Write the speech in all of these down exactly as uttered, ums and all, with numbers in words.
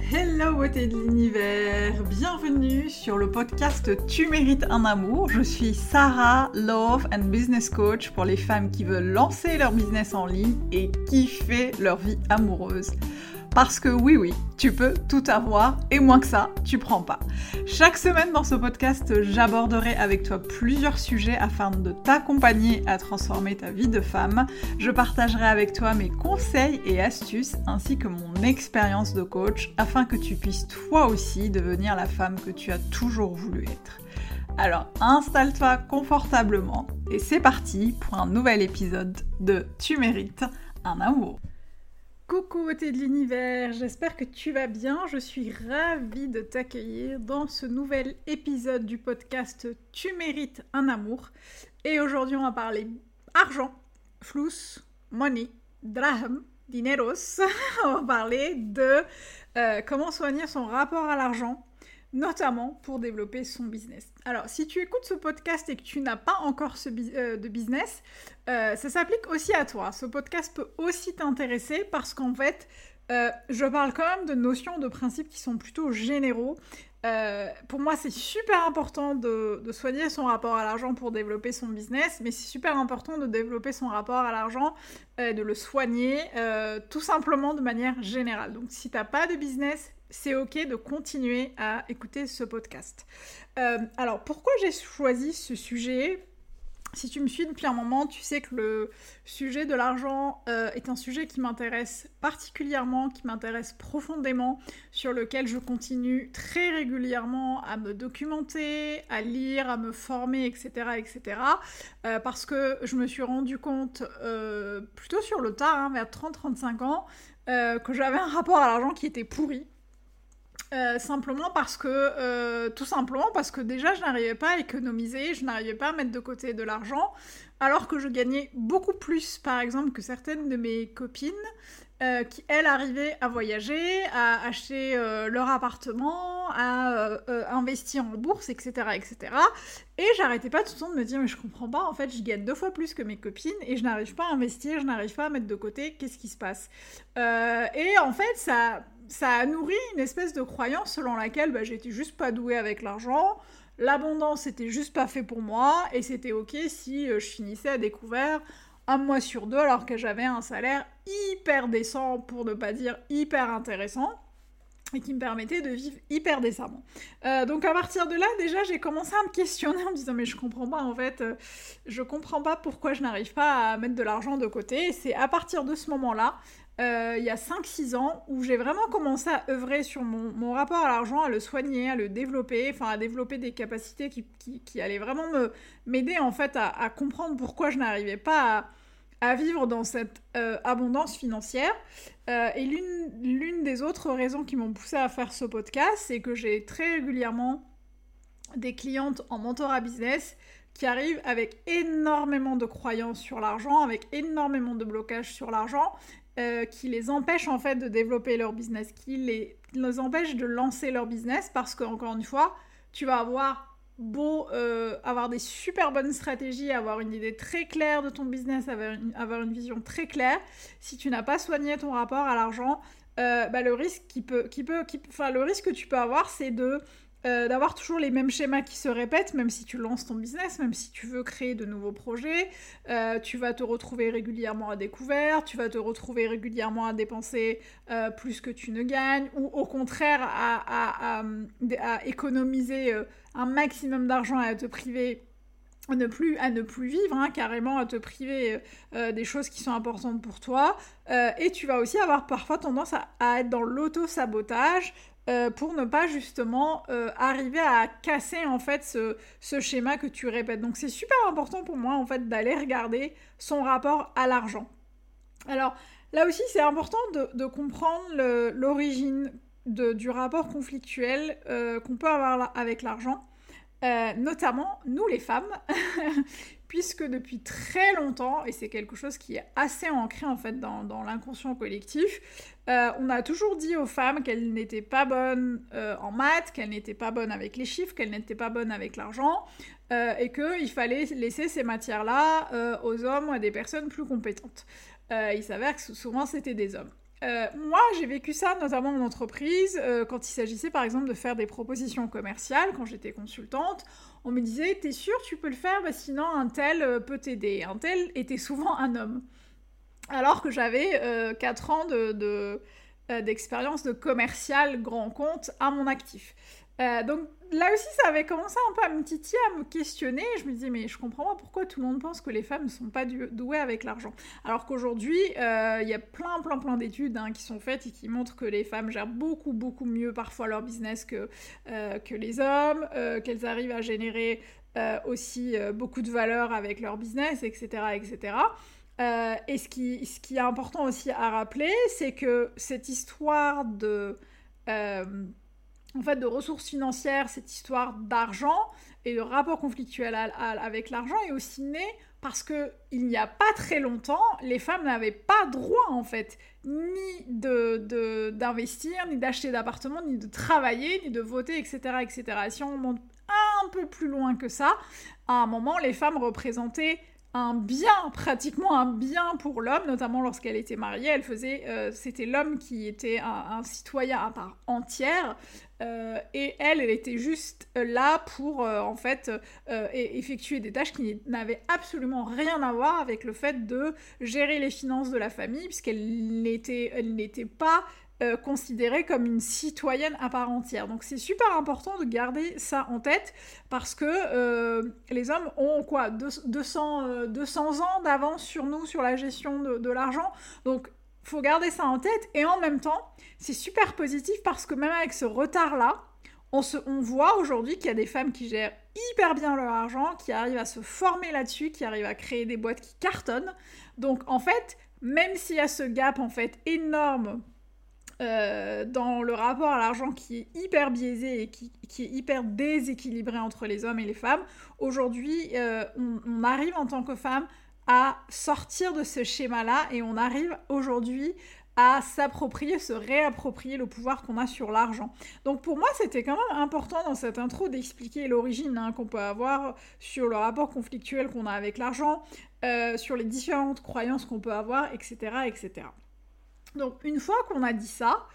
Hello beauté de l'univers, bienvenue sur le podcast Tu mérites un amour. Je suis Sarah, Love and Business Coach pour les femmes qui veulent lancer leur business en ligne et kiffer leur vie amoureuse. Parce que oui, oui, tu peux tout avoir et moins que ça, tu prends pas. Chaque semaine dans ce podcast, j'aborderai avec toi plusieurs sujets afin de t'accompagner à transformer ta vie de femme. Je partagerai avec toi mes conseils et astuces ainsi que mon expérience de coach afin que tu puisses toi aussi devenir la femme que tu as toujours voulu être. Alors installe-toi confortablement et c'est parti pour un nouvel épisode de Tu mérites un amour. Coucou beauté de l'univers, j'espère que tu vas bien, je suis ravie de t'accueillir dans ce nouvel épisode du podcast Tu mérites un amour. Et aujourd'hui on va parler argent, flus, money, draham, dineros. On va parler de euh, comment soigner son rapport à l'argent, notamment pour développer son business. Alors, si tu écoutes ce podcast et que tu n'as pas encore ce bi- euh, de business, euh, ça s'applique aussi à toi. Ce podcast peut aussi t'intéresser parce qu'en fait, euh, je parle quand même de notions, de principes qui sont plutôt généraux. Euh, pour moi, c'est super important de, de soigner son rapport à l'argent pour développer son business, mais c'est super important de développer son rapport à l'argent, euh, de le soigner, euh, tout simplement de manière générale. Donc, si tu n'as pas de business, c'est ok de continuer à écouter ce podcast. Euh, alors, pourquoi j'ai choisi ce sujet ? Si tu me suis depuis un moment, tu sais que le sujet de l'argent euh, est un sujet qui m'intéresse particulièrement, qui m'intéresse profondément, sur lequel je continue très régulièrement à me documenter, à lire, à me former, et cetera, et cetera. Euh, parce que je me suis rendu compte, euh, plutôt sur le tard, hein, vers trente à trente-cinq ans, euh, que j'avais un rapport à l'argent qui était pourri. Euh, simplement parce que, euh, tout simplement parce que déjà je n'arrivais pas à économiser, je n'arrivais pas à mettre de côté de l'argent, alors que je gagnais beaucoup plus, par exemple, que certaines de mes copines, euh, qui, elles, arrivaient à voyager, à acheter euh, leur appartement, à euh, euh, investir en bourse, et cetera, et cetera. Et j'arrêtais pas tout le temps de me dire, mais je comprends pas, en fait, je gagne deux fois plus que mes copines, et je n'arrive pas à investir, je n'arrive pas à mettre de côté, qu'est-ce qui se passe ? euh, Et en fait, ça... ça a nourri une espèce de croyance selon laquelle bah, j'étais juste pas douée avec l'argent, l'abondance c'était juste pas fait pour moi, et c'était ok si euh, je finissais à découvert un mois sur deux alors que j'avais un salaire hyper décent, pour ne pas dire hyper intéressant, et qui me permettait de vivre hyper décemment. Euh, donc à partir de là, déjà, j'ai commencé à me questionner en me disant « mais je comprends pas, en fait, euh, je comprends pas pourquoi je n'arrive pas à mettre de l'argent de côté ». Et c'est à partir de ce moment-là, euh, il y a cinq six ans, où j'ai vraiment commencé à œuvrer sur mon, mon rapport à l'argent, à le soigner, à le développer, enfin à développer des capacités qui, qui, qui allaient vraiment me, m'aider en fait à, à comprendre pourquoi je n'arrivais pas à à vivre dans cette euh, abondance financière. Euh, et l'une, l'une des autres raisons qui m'ont poussée à faire ce podcast, c'est que j'ai très régulièrement des clientes en mentorat business qui arrivent avec énormément de croyances sur l'argent, avec énormément de blocages sur l'argent, euh, qui les empêchent en fait de développer leur business, qui les, les empêchent de lancer leur business, parce qu'encore une fois, tu vas avoir beau euh, avoir des super bonnes stratégies, avoir une idée très claire de ton business, avoir une, avoir une vision très claire, si tu n'as pas soigné ton rapport à l'argent, euh, bah, le risque qui peut, qui peut, qui, enfin, le risque que tu peux avoir, c'est de Euh, d'avoir toujours les mêmes schémas qui se répètent, même si tu lances ton business, même si tu veux créer de nouveaux projets, euh, tu vas te retrouver régulièrement à découvert, tu vas te retrouver régulièrement à dépenser euh, plus que tu ne gagnes, ou au contraire à, à, à, à économiser euh, un maximum d'argent et à te priver à ne plus, à ne plus vivre, hein, carrément à te priver euh, des choses qui sont importantes pour toi, euh, et tu vas aussi avoir parfois tendance à, à être dans l'auto-sabotage, Euh, pour ne pas justement euh, arriver à casser en fait ce, ce schéma que tu répètes. Donc c'est super important pour moi en fait d'aller regarder son rapport à l'argent. Alors là aussi c'est important de, de comprendre le, l'origine de, du rapport conflictuel euh, qu'on peut avoir avec l'argent, euh, notamment nous les femmes, puisque depuis très longtemps, et c'est quelque chose qui est assez ancré en fait dans, dans l'inconscient collectif, euh, on a toujours dit aux femmes qu'elles n'étaient pas bonnes euh, en maths, qu'elles n'étaient pas bonnes avec les chiffres, qu'elles n'étaient pas bonnes avec l'argent, euh, et qu'il fallait laisser ces matières-là euh, aux hommes ou à des personnes plus compétentes. Euh, il s'avère que souvent c'était des hommes. Euh, moi, j'ai vécu ça notamment en entreprise, euh, quand il s'agissait par exemple de faire des propositions commerciales, quand j'étais consultante, on me disait « T'es sûr tu peux le faire? Bah, sinon un tel euh, peut t'aider. » Un tel était souvent un homme. Alors que j'avais euh, quatre ans de, de, euh, d'expérience de commercial grand compte à mon actif. Euh, donc là aussi, ça avait commencé un peu à me titiller, à me questionner. Je me disais, mais je comprends pas pourquoi tout le monde pense que les femmes ne sont pas du- douées avec l'argent. Alors qu'aujourd'hui, euh, il y a plein, plein, plein d'études hein, qui sont faites et qui montrent que les femmes gèrent beaucoup, beaucoup mieux parfois leur business que, euh, que les hommes, euh, qu'elles arrivent à générer euh, aussi euh, beaucoup de valeur avec leur business, et cetera, et cetera. Euh, et ce qui, ce qui est important aussi à rappeler, c'est que cette histoire de... euh, en fait, de ressources financières, cette histoire d'argent et de rapport conflictuel à, à, avec l'argent est aussi née parce que il n'y a pas très longtemps, les femmes n'avaient pas droit en fait ni de, de, d'investir, ni d'acheter d'appartements, ni de travailler, ni de voter, et cetera, et cetera. Si on monte un peu plus loin que ça, à un moment, les femmes représentaient un bien, pratiquement un bien pour l'homme, notamment lorsqu'elle était mariée. Elle faisait, euh, c'était l'homme qui était un, un citoyen à part entière, euh, et elle, elle était juste là pour euh, en fait euh, effectuer des tâches qui n'avaient absolument rien à voir avec le fait de gérer les finances de la famille, puisqu'elle n'était, elle n'était pas Euh, considérée comme une citoyenne à part entière. Donc c'est super important de garder ça en tête parce que euh, les hommes ont quoi deux cents, euh, deux cents ans d'avance sur nous sur la gestion de, de l'argent. Donc faut garder ça en tête et en même temps c'est super positif parce que même avec ce retard-là, on, se, on voit aujourd'hui qu'il y a des femmes qui gèrent hyper bien leur argent, qui arrivent à se former là-dessus, qui arrivent à créer des boîtes qui cartonnent. Donc en fait, même s'il y a ce gap en fait énorme Euh, dans le rapport à l'argent qui est hyper biaisé et qui, qui est hyper déséquilibré entre les hommes et les femmes, aujourd'hui, euh, on, on arrive en tant que femme à sortir de ce schéma-là et on arrive aujourd'hui à s'approprier, se réapproprier le pouvoir qu'on a sur l'argent. Donc pour moi, c'était quand même important dans cette intro d'expliquer l'origine hein, qu'on peut avoir sur le rapport conflictuel qu'on a avec l'argent, euh, sur les différentes croyances qu'on peut avoir, et cetera, et cetera. Donc une fois qu'on a dit ça,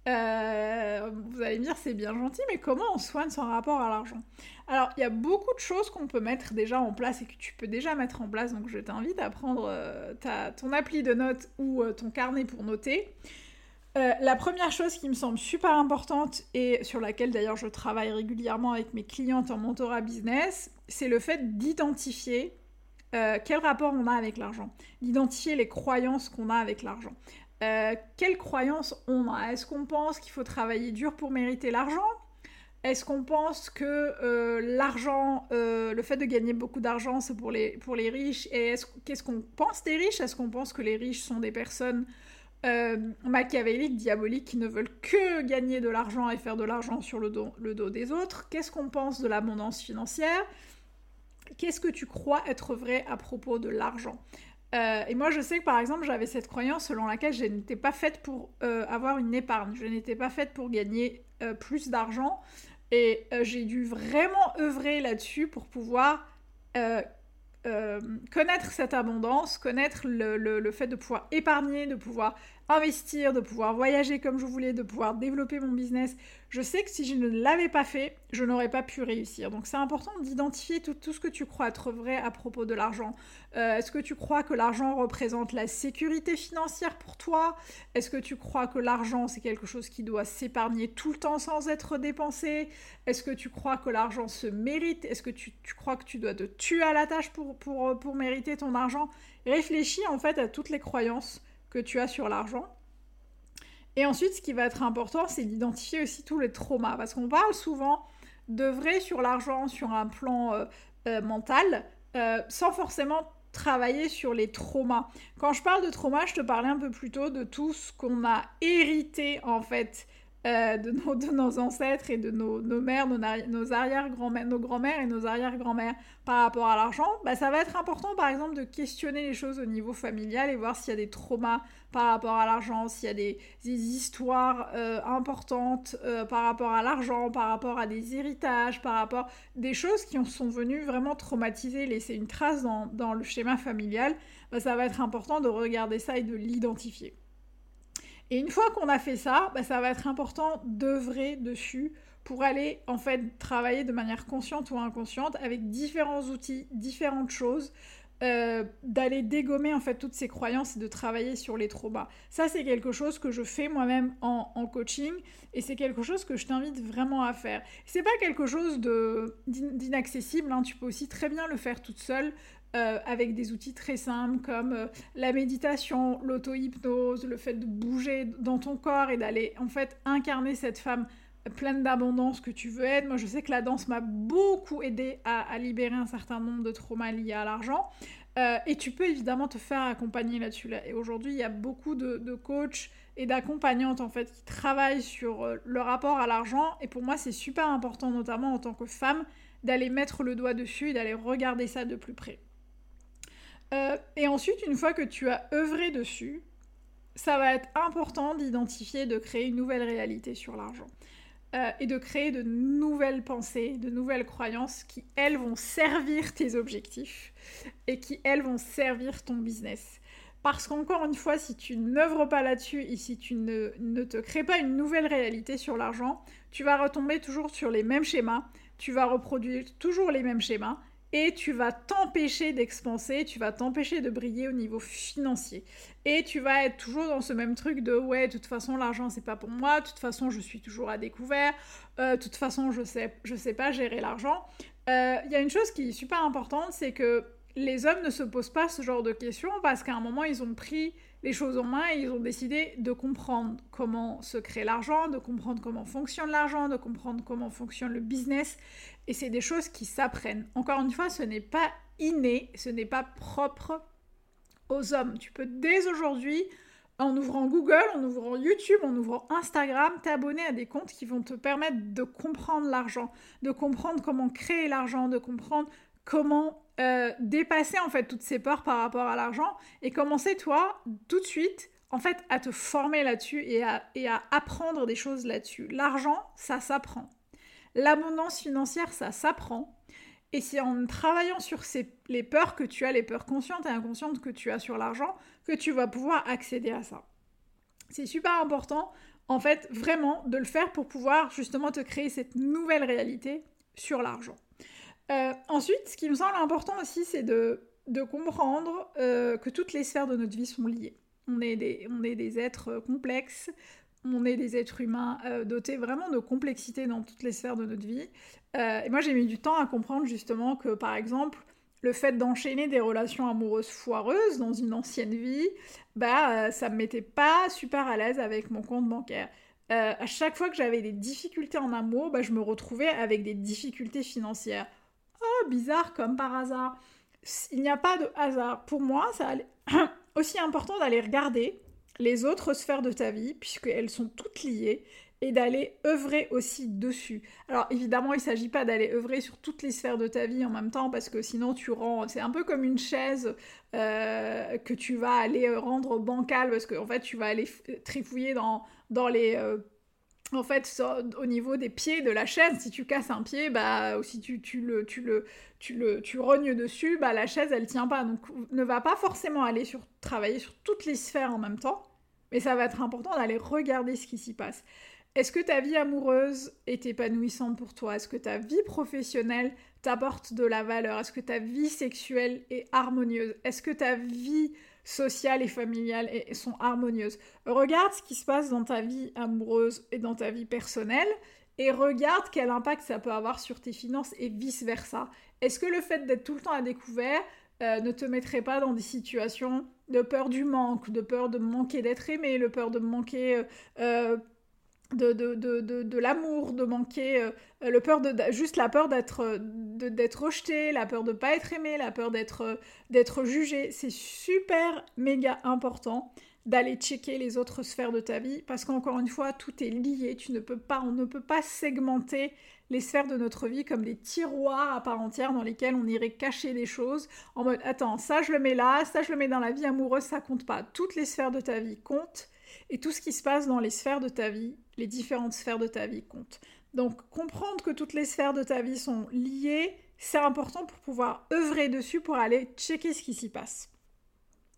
euh, vous allez me dire c'est bien gentil, mais comment on soigne son rapport à l'argent? Alors il y a beaucoup de choses qu'on peut mettre déjà en place et que tu peux déjà mettre en place, donc je t'invite à prendre euh, ta, ton appli de notes ou euh, ton carnet pour noter. Euh, la première chose qui me semble super importante et sur laquelle d'ailleurs je travaille régulièrement avec mes clientes en mentorat business, c'est le fait d'identifier euh, quel rapport on a avec l'argent, d'identifier les croyances qu'on a avec l'argent. Euh, quelles croyances on a? Est-ce qu'on pense qu'il faut travailler dur pour mériter l'argent? Est-ce qu'on pense que euh, l'argent, euh, le fait de gagner beaucoup d'argent, c'est pour les, pour les riches? Et est-ce, qu'est-ce qu'on pense des riches? Est-ce qu'on pense que les riches sont des personnes euh, machiavéliques, diaboliques, qui ne veulent que gagner de l'argent et faire de l'argent sur le dos, le dos des autres? Qu'est-ce qu'on pense de l'abondance financière? Qu'est-ce que tu crois être vrai à propos de l'argent? Euh, et moi, je sais que, par exemple, j'avais cette croyance selon laquelle je n'étais pas faite pour euh, avoir une épargne. Je n'étais pas faite pour gagner euh, plus d'argent. Et euh, j'ai dû vraiment œuvrer là-dessus pour pouvoir euh, euh, connaître cette abondance, connaître le, le, le fait de pouvoir épargner, de pouvoir investir, de pouvoir voyager comme je voulais, de pouvoir développer mon business. Je sais que si je ne l'avais pas fait, je n'aurais pas pu réussir. Donc c'est important d'identifier tout, tout ce que tu crois être vrai à propos de l'argent. Euh, est-ce que tu crois que l'argent représente la sécurité financière pour toi? Est-ce que tu crois que l'argent, c'est quelque chose qui doit s'épargner tout le temps sans être dépensé? Est-ce que tu crois que l'argent se mérite? Est-ce que tu, tu crois que tu dois te tuer à la tâche pour, pour, pour mériter ton argent? Réfléchis en fait à toutes les croyances que tu as sur l'argent. Et ensuite, ce qui va être important, c'est d'identifier aussi tous les traumas. Parce qu'on parle souvent d'œuvrer sur l'argent sur un plan euh, euh, mental, euh, sans forcément travailler sur les traumas. Quand je parle de traumas, je te parlais un peu plus tôt de tout ce qu'on a hérité, en fait, euh, de, nos, de nos ancêtres et de nos, nos mères, nos, nos arrière-grand-mères, nos grands-mères et nos arrière-grand-mères par rapport à l'argent. Bah, ça va être important, par exemple, de questionner les choses au niveau familial et voir s'il y a des traumas par rapport à l'argent, s'il y a des, des histoires euh, importantes euh, par rapport à l'argent, par rapport à des héritages, par rapport à des choses qui sont venues vraiment traumatiser, laisser une trace dans, dans le schéma familial. Bah, ça va être important de regarder ça et de l'identifier. Et une fois qu'on a fait ça, bah, ça va être important d'œuvrer dessus pour aller en fait travailler de manière consciente ou inconsciente avec différents outils, différentes choses, euh, d'aller dégommer en fait toutes ces croyances et de travailler sur les traumas. Ça, c'est quelque chose que je fais moi-même en, en coaching et c'est quelque chose que je t'invite vraiment à faire. C'est pas quelque chose de, d'inaccessible, hein. Tu peux aussi très bien le faire toute seule. Euh, avec des outils très simples comme euh, la méditation, l'auto-hypnose, le fait de bouger dans ton corps et d'aller en fait incarner cette femme pleine d'abondance que tu veux être. Moi, je sais que la danse m'a beaucoup aidé à, à libérer un certain nombre de traumas liés à l'argent. Euh, et tu peux évidemment te faire accompagner là-dessus. Et aujourd'hui, il y a beaucoup de, de coachs et d'accompagnantes en fait qui travaillent sur euh, le rapport à l'argent. Et pour moi, c'est super important, notamment en tant que femme, d'aller mettre le doigt dessus et d'aller regarder ça de plus près. Euh, et ensuite, une fois que tu as œuvré dessus, ça va être important d'identifier, de créer une nouvelle réalité sur l'argent. Euh, et de créer de nouvelles pensées, de nouvelles croyances qui, elles, vont servir tes objectifs et qui, elles, vont servir ton business. Parce qu'encore une fois, si tu n'œuvres pas là-dessus et si tu ne, ne te crées pas une nouvelle réalité sur l'argent, tu vas retomber toujours sur les mêmes schémas, tu vas reproduire toujours les mêmes schémas, et tu vas t'empêcher d'expanser, tu vas t'empêcher de briller au niveau financier. Et tu vas être toujours dans ce même truc de « ouais, de toute façon, l'argent, c'est pas pour moi, de toute façon, je suis toujours à découvert, euh, de toute façon, je sais, je sais pas gérer l'argent. Euh, » Il y a une chose qui est super importante, c'est que les hommes ne se posent pas ce genre de questions parce qu'à un moment, ils ont pris les choses en main et ils ont décidé de comprendre comment se crée l'argent, de comprendre comment fonctionne l'argent, de comprendre comment fonctionne le business. Et c'est des choses qui s'apprennent. Encore une fois, ce n'est pas inné, ce n'est pas propre aux hommes. Tu peux dès aujourd'hui, en ouvrant Google, en ouvrant YouTube, en ouvrant Instagram, t'abonner à des comptes qui vont te permettre de comprendre l'argent, de comprendre comment créer l'argent, de comprendre comment euh, dépasser en fait toutes ces peurs par rapport à l'argent et commencer toi tout de suite en fait à te former là-dessus et à, et à apprendre des choses là-dessus. L'argent, ça s'apprend. L'abondance financière, ça s'apprend. Et c'est en travaillant sur ces, les peurs que tu as, les peurs conscientes et inconscientes que tu as sur l'argent, que tu vas pouvoir accéder à ça. C'est super important, en fait, vraiment, de le faire pour pouvoir justement te créer cette nouvelle réalité sur l'argent. Euh, ensuite, ce qui me semble important aussi, c'est de, de comprendre euh, que toutes les sphères de notre vie sont liées. On est des, on est des êtres complexes, on est des êtres humains euh, dotés vraiment de complexité dans toutes les sphères de notre vie. Euh, et moi, j'ai mis du temps à comprendre justement que, par exemple, le fait d'enchaîner des relations amoureuses foireuses dans une ancienne vie, bah, euh, ça me mettait pas super à l'aise avec mon compte bancaire. Euh, à chaque fois que j'avais des difficultés en amour, bah, je me retrouvais avec des difficultés financières. Oh, bizarre comme par hasard. Il n'y a pas de hasard. Pour moi, ça allait... aussi important d'aller regarder les autres sphères de ta vie, puisqu'elles sont toutes liées, et d'aller œuvrer aussi dessus. Alors évidemment, il ne s'agit pas d'aller œuvrer sur toutes les sphères de ta vie en même temps, parce que sinon tu rends... C'est un peu comme une chaise euh, que tu vas aller rendre bancale, parce qu'en fait, tu vas aller trifouiller dans, dans les... Euh, En fait, ça, au niveau des pieds de la chaise, si tu casses un pied, bah, ou si tu, tu, le, tu, le, tu, le, tu rognes dessus, bah, la chaise, elle tient pas. Donc, ne va pas forcément aller sur, travailler sur toutes les sphères en même temps, mais ça va être important d'aller regarder ce qui s'y passe. Est-ce que ta vie amoureuse est épanouissante pour toi? Est-ce que ta vie professionnelle t'apporte de la valeur? Est-ce que ta vie sexuelle est harmonieuse? Est-ce que ta vie sociale et familiale sont harmonieuses? Regarde ce qui se passe dans ta vie amoureuse et dans ta vie personnelle et regarde quel impact ça peut avoir sur tes finances et vice-versa. Est-ce que le fait d'être tout le temps à découvert euh, ne te mettrait pas dans des situations de peur du manque, de peur de manquer d'être aimé, de peur de manquer... Euh, De, de, de, de, de l'amour, de manquer, euh, le peur de, juste la peur d'être, de, d'être rejeté, la peur de ne pas être aimé, la peur d'être, d'être jugé. C'est super méga important d'aller checker les autres sphères de ta vie parce qu'encore une fois, tout est lié. Tu ne peux pas, on ne peut pas segmenter les sphères de notre vie comme des tiroirs à part entière dans lesquels on irait cacher des choses en mode « Attends, ça je le mets là, ça je le mets dans la vie amoureuse, ça compte pas. » Toutes les sphères de ta vie comptent et tout ce qui se passe dans les sphères de ta vie, les différentes sphères de ta vie comptent. Donc, comprendre que toutes les sphères de ta vie sont liées, c'est important pour pouvoir œuvrer dessus, pour aller checker ce qui s'y passe.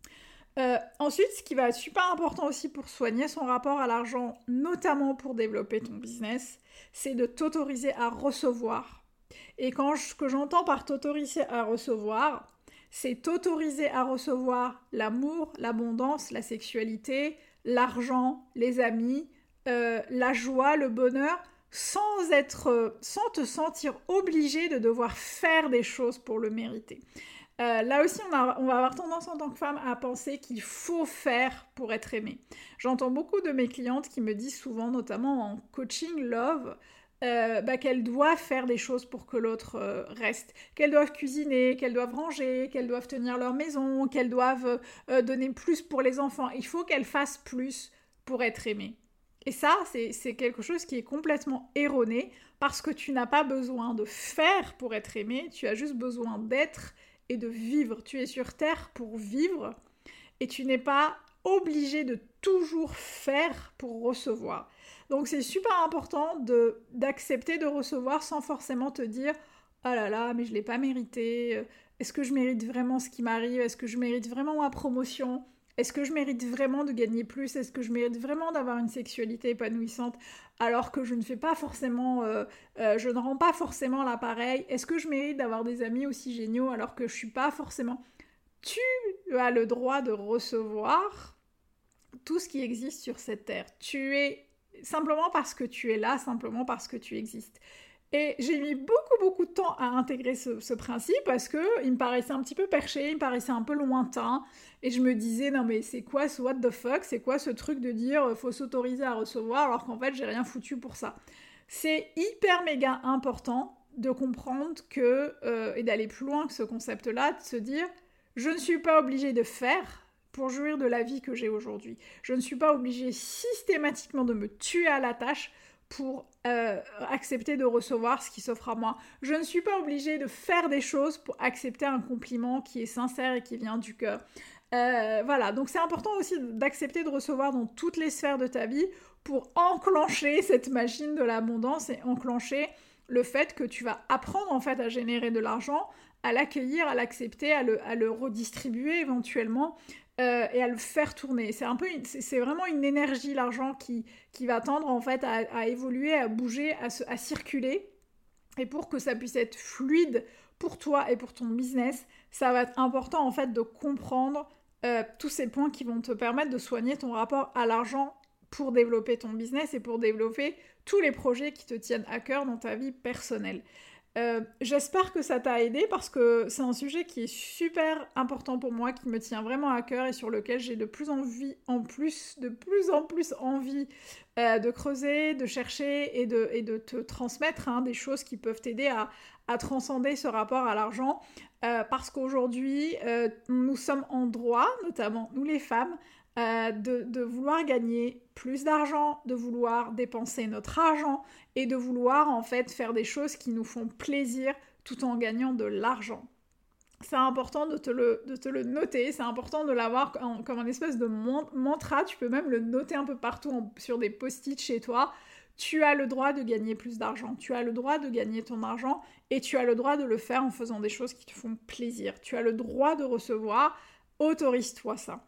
Euh, ensuite, ce qui va être super important aussi pour soigner son rapport à l'argent, notamment pour développer ton business, c'est de t'autoriser à recevoir. Et quand je, ce que j'entends par t'autoriser à recevoir, c'est t'autoriser à recevoir l'amour, l'abondance, la sexualité, l'argent, les amis, euh, la joie, le bonheur, sans être, sans te sentir obligé de devoir faire des choses pour le mériter. Euh, là aussi, on, a, on va avoir tendance en tant que femme à penser qu'il faut faire pour être aimée. J'entends beaucoup de mes clientes qui me disent souvent, notamment en coaching love, euh, bah, qu'elles doivent faire des choses pour que l'autre euh, reste. Qu'elles doivent cuisiner, qu'elles doivent ranger, qu'elles doivent tenir leur maison, qu'elles doivent euh, donner plus pour les enfants. Il faut qu'elles fassent plus pour être aimées. Et ça, c'est, c'est quelque chose qui est complètement erroné parce que tu n'as pas besoin de faire pour être aimée, tu as juste besoin d'être et de vivre. Tu es sur Terre pour vivre et tu n'es pas obligé de toujours faire pour recevoir. Donc c'est super important de, d'accepter de recevoir sans forcément te dire « Oh là là, mais je ne l'ai pas mérité. Est-ce que je mérite vraiment ce qui m'arrive? Est-ce que je mérite vraiment ma promotion ? Est-ce que je mérite vraiment de gagner plus? Est-ce que je mérite vraiment d'avoir une sexualité épanouissante alors que je ne fais pas forcément, euh, euh, je ne rends pas forcément l'appareil? Est-ce que je mérite d'avoir des amis aussi géniaux alors que je ne suis pas forcément... Tu as le droit de recevoir tout ce qui existe sur cette terre. Tu es simplement parce que tu es là, simplement parce que tu existes. Et j'ai mis beaucoup, beaucoup de temps à intégrer ce, ce principe parce qu'il me paraissait un petit peu perché, il me paraissait un peu lointain. Et je me disais, non mais c'est quoi ce what the fuck? C'est quoi ce truc de dire faut s'autoriser à recevoir alors qu'en fait j'ai rien foutu pour ça? C'est hyper méga important de comprendre que, euh, et d'aller plus loin que ce concept-là, de se dire, je ne suis pas obligée de faire pour jouir de la vie que j'ai aujourd'hui. Je ne suis pas obligée systématiquement de me tuer à la tâche pour euh, accepter de recevoir ce qui s'offre à moi. Je ne suis pas obligée de faire des choses pour accepter un compliment qui est sincère et qui vient du cœur. Euh, voilà, donc c'est important aussi d'accepter de recevoir dans toutes les sphères de ta vie pour enclencher cette machine de l'abondance et enclencher le fait que tu vas apprendre en fait à générer de l'argent, à l'accueillir, à l'accepter, à le, à le redistribuer éventuellement euh, et à le faire tourner. C'est un peu, une, c'est, c'est vraiment une énergie, l'argent, qui, qui va tendre en fait à, à évoluer, à bouger, à, se, à circuler. Et pour que ça puisse être fluide pour toi et pour ton business, ça va être important en fait de comprendre euh, tous ces points qui vont te permettre de soigner ton rapport à l'argent pour développer ton business et pour développer tous les projets qui te tiennent à cœur dans ta vie personnelle. Euh, j'espère que ça t'a aidé parce que c'est un sujet qui est super important pour moi, qui me tient vraiment à cœur et sur lequel j'ai de plus en, vie, en, plus, de plus, en plus envie euh, de creuser, de chercher et de, et de te transmettre hein, des choses qui peuvent t'aider à, à transcender ce rapport à l'argent euh, parce qu'aujourd'hui, euh, nous sommes en droit, notamment nous les femmes, Euh, de, de vouloir gagner plus d'argent, de vouloir dépenser notre argent et de vouloir en fait faire des choses qui nous font plaisir tout en gagnant de l'argent. C'est important de te le, de te le noter, c'est important de l'avoir en, comme un espèce de mantra, tu peux même le noter un peu partout en, sur des post-it chez toi. Tu as le droit de gagner plus d'argent, tu as le droit de gagner ton argent et tu as le droit de le faire en faisant des choses qui te font plaisir. Tu as le droit de recevoir, autorise-toi ça.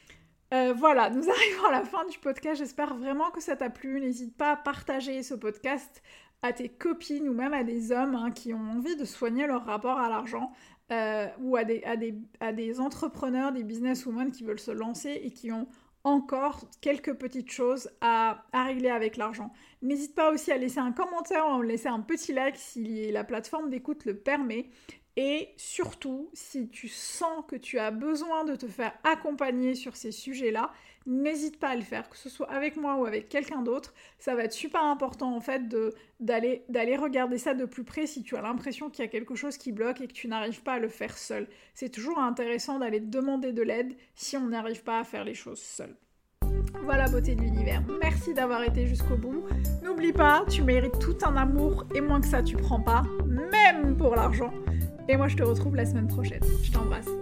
Euh, voilà, nous arrivons à la fin du podcast, j'espère vraiment que ça t'a plu, n'hésite pas à partager ce podcast à tes copines ou même à des hommes hein, qui ont envie de soigner leur rapport à l'argent euh, ou à des, à, des, à des entrepreneurs, des businesswomen qui veulent se lancer et qui ont encore quelques petites choses à, à régler avec l'argent. N'hésite pas aussi à laisser un commentaire ou à laisser un petit like si la plateforme d'écoute le permet. Et surtout, si tu sens que tu as besoin de te faire accompagner sur ces sujets-là, n'hésite pas à le faire, que ce soit avec moi ou avec quelqu'un d'autre. Ça va être super important en fait de, d'aller, d'aller regarder ça de plus près si tu as l'impression qu'il y a quelque chose qui bloque et que tu n'arrives pas à le faire seul. C'est toujours intéressant d'aller demander de l'aide si on n'arrive pas à faire les choses seul. Voilà, beauté de l'univers, merci d'avoir été jusqu'au bout. N'oublie pas, tu mérites tout un amour et moins que ça tu prends pas, même pour l'argent. Et moi je te retrouve la semaine prochaine. Je t'embrasse.